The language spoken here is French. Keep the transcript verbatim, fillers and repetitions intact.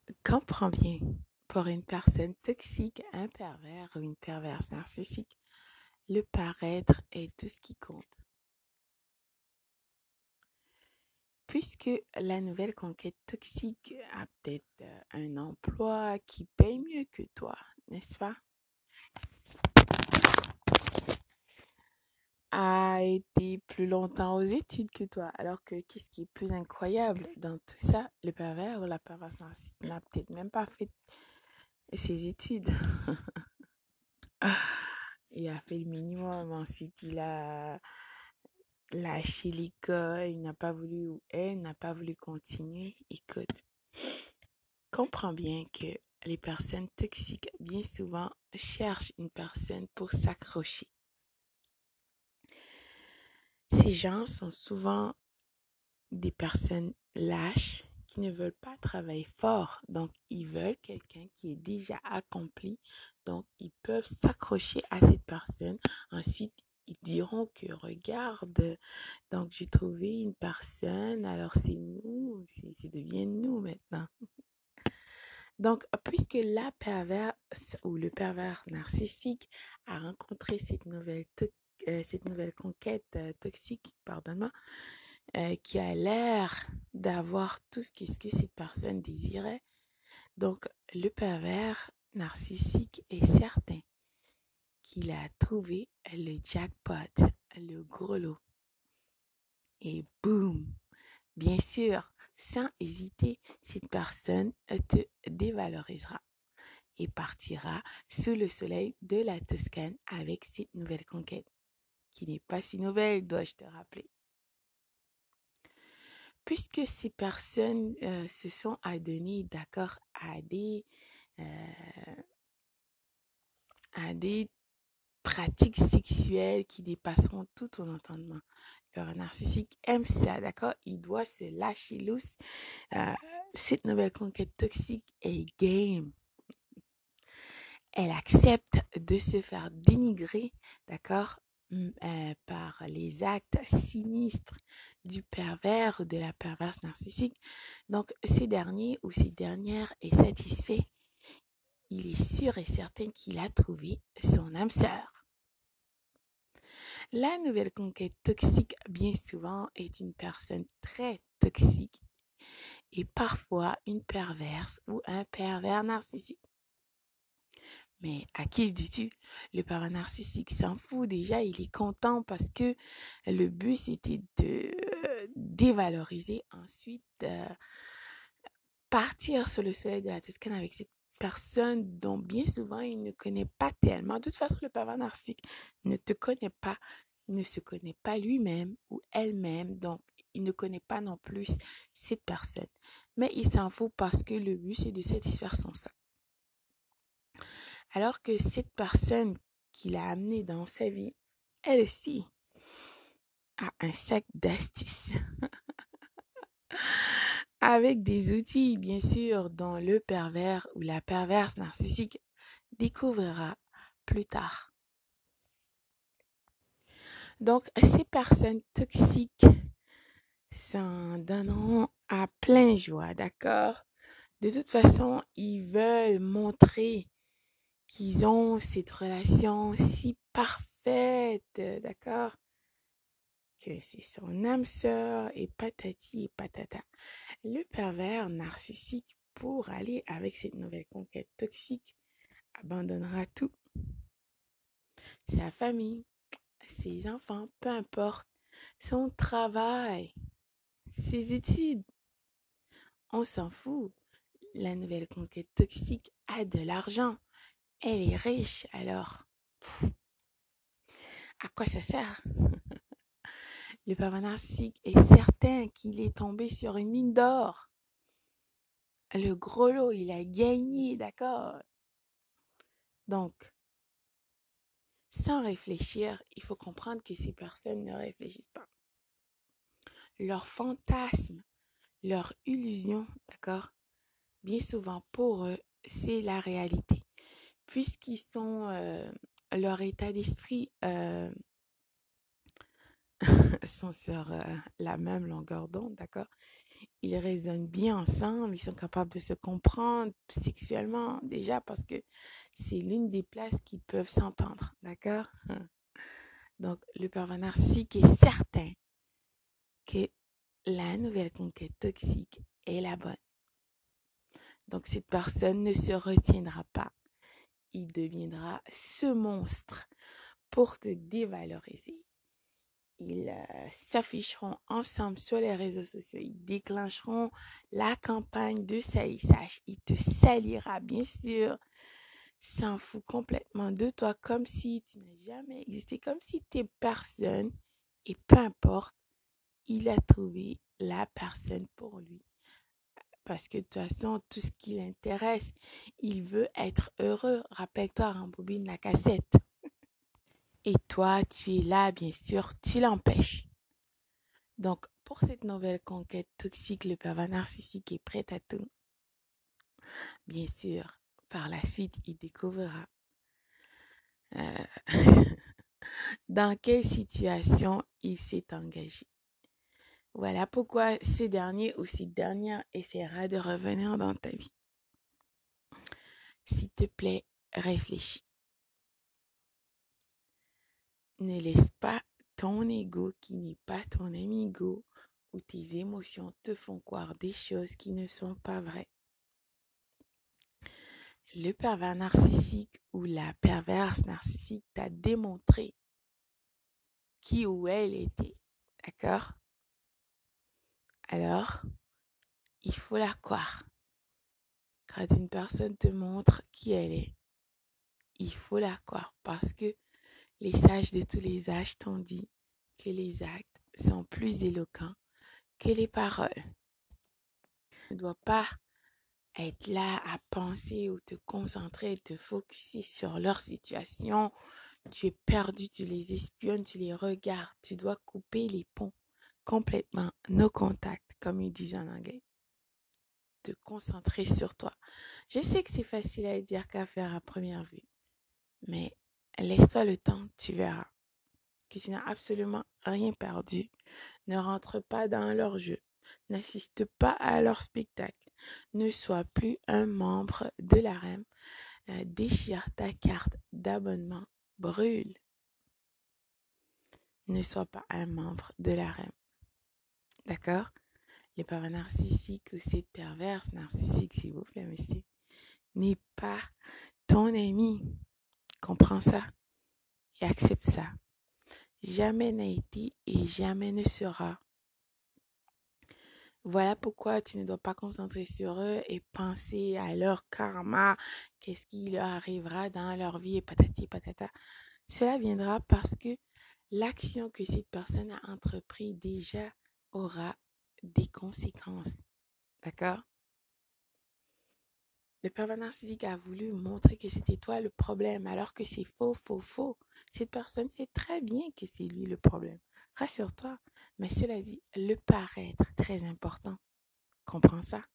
Comprends bien, pour une personne toxique, un pervers ou une perverse narcissique, le paraître est tout ce qui compte. Puisque la nouvelle conquête toxique a peut-être euh, un emploi qui paye mieux que toi, n'est-ce pas? A été plus longtemps aux études que toi. Alors que qu'est-ce qui est plus incroyable dans tout ça? Le pervers ou la perverse narcissique n'a peut-être même pas fait ses études. Il a fait le minimum. Ensuite, il a lâché l'école. Il n'a pas voulu, ou elle n'a pas voulu continuer. Écoute, comprends bien que les personnes toxiques, bien souvent, cherchent une personne pour s'accrocher. Ces gens sont souvent des personnes lâches qui ne veulent pas travailler fort. Donc, ils veulent quelqu'un qui est déjà accompli. Donc, ils peuvent s'accrocher à cette personne. Ensuite, ils diront que regarde, donc j'ai trouvé une personne, alors c'est nous, c'est, c'est devient nous maintenant. Donc, puisque la perverse ou le pervers narcissique a rencontré cette nouvelle, to- euh, cette nouvelle conquête euh, toxique, pardonne-moi, euh, qui a l'air d'avoir tout ce que, ce que cette personne désirait. Donc, le pervers narcissique est certain qu'il a trouvé le jackpot, le gros lot. Et boum! Bien sûr, sans hésiter, cette personne te dévalorisera et partira sous le soleil de la Toscane avec cette nouvelle conquête, qui n'est pas si nouvelle, dois-je te rappeler. Puisque ces personnes euh, se sont adonnées, d'accord, à des, euh, à des pratiques sexuelles qui dépasseront tout ton entendement. Le narcissique aime ça, d'accord? Il doit se lâcher loose. Euh, cette nouvelle conquête toxique est game. Elle accepte de se faire dénigrer, d'accord, euh, par les actes sinistres du pervers ou de la perverse narcissique. Donc, ce dernier ou cette dernière est satisfait. Il est sûr et certain qu'il a trouvé son âme sœur. La nouvelle conquête toxique, bien souvent, est une personne très toxique et parfois une perverse ou un pervers narcissique. Mais à qui le dis-tu? Le pervers narcissique s'en fout déjà, il est content parce que le but c'était de euh, dévaloriser, ensuite euh, partir sur le soleil de la Toscane avec cette personne dont bien souvent il ne connaît pas tellement. De toute façon, le pervers narcissique ne te connaît pas, ne se connaît pas lui-même ou elle-même, donc il ne connaît pas non plus cette personne. Mais il s'en fout parce que le but c'est de satisfaire son sang. Alors que cette personne qu'il a amenée dans sa vie, elle aussi a un sac d'astuces avec des outils, bien sûr, dont le pervers ou la perverse narcissique découvrira plus tard. Donc, ces personnes toxiques s'en donneront à plein joie, d'accord? De toute façon, ils veulent montrer qu'ils ont cette relation si parfaite, d'accord? Que c'est son âme sœur et patati et patata. Le pervers narcissique, pour aller avec cette nouvelle conquête toxique, abandonnera tout. Sa famille, ses enfants, peu importe, son travail, ses études, on s'en fout. La nouvelle conquête toxique a de l'argent. Elle est riche, alors pff, à quoi ça sert? Le pervers narcissique est certain qu'il est tombé sur une mine d'or. Le gros lot, il a gagné, d'accord? Donc, sans réfléchir, il faut comprendre que ces personnes ne réfléchissent pas. Leur fantasme, leur illusion, d'accord? Bien souvent pour eux, c'est la réalité. Puisqu'ils sont, euh, leur état d'esprit euh, sont sur euh, la même longueur d'onde, d'accord? ils raisonnent bien ensemble, ils sont capables de se comprendre sexuellement déjà parce que c'est l'une des places qui peuvent s'entendre, d'accord? Donc, le pervers narcissique est certain que la nouvelle conquête toxique est la bonne. Donc, cette personne ne se retiendra pas. Il deviendra ce monstre pour te dévaloriser. Ils euh, s'afficheront ensemble sur les réseaux sociaux. Ils déclencheront la campagne de salissage. Il te salira, bien sûr. S'en fout complètement de toi, comme si tu n'as jamais existé, comme si tu es personne. Et peu importe, il a trouvé la personne pour lui. Parce que de toute façon, tout ce qui l'intéresse, il veut être heureux. Rappelle-toi, rembobine la cassette. Et toi, tu es là, bien sûr, tu l'empêches. Donc, pour cette nouvelle conquête toxique, le pervers narcissique est prêt à tout. Bien sûr, par la suite, il découvrira euh, dans quelle situation il s'est engagé. Voilà pourquoi ce dernier ou cette dernière essaiera de revenir dans ta vie. S'il te plaît, réfléchis. Ne laisse pas ton ego qui n'est pas ton amigo ou tes émotions te font croire des choses qui ne sont pas vraies. Le pervers narcissique ou la perverse narcissique t'a démontré qui ou elle était. D'accord? Alors, il faut la croire. Quand une personne te montre qui elle est, il faut la croire parce que les sages de tous les âges t'ont dit que les actes sont plus éloquents que les paroles. Tu ne dois pas être là à penser ou te concentrer, te focuser sur leur situation. Tu es perdu, tu les espionnes, tu les regardes. Tu dois couper les ponts complètement, no contact, comme ils disent en anglais. Te concentrer sur toi. Je sais que c'est facile à dire qu'à faire à première vue, mais laisse-toi le temps, tu verras que tu n'as absolument rien perdu. Ne rentre pas dans leur jeu. N'assiste pas à leur spectacle. Ne sois plus un membre de l'harem. Euh, déchire ta carte d'abonnement. Brûle. Ne sois pas un membre de l'harem. D'accord? Les pervers narcissiques ou cette perverse narcissique, s'il vous plaît, monsieur, n'est pas ton ami. Comprends ça et accepte ça. Jamais n'a été et jamais ne sera. Voilà pourquoi tu ne dois pas concentrer sur eux et penser à leur karma, qu'est-ce qui leur arrivera dans leur vie et patati patata. Cela viendra parce que l'action que cette personne a entreprise déjà aura des conséquences. D'accord? Le pervers narcissique a voulu montrer que c'était toi le problème, alors que c'est faux, faux, faux. Cette personne sait très bien que c'est lui le problème. Rassure-toi. Mais cela dit, le paraître, très important. Comprends ça?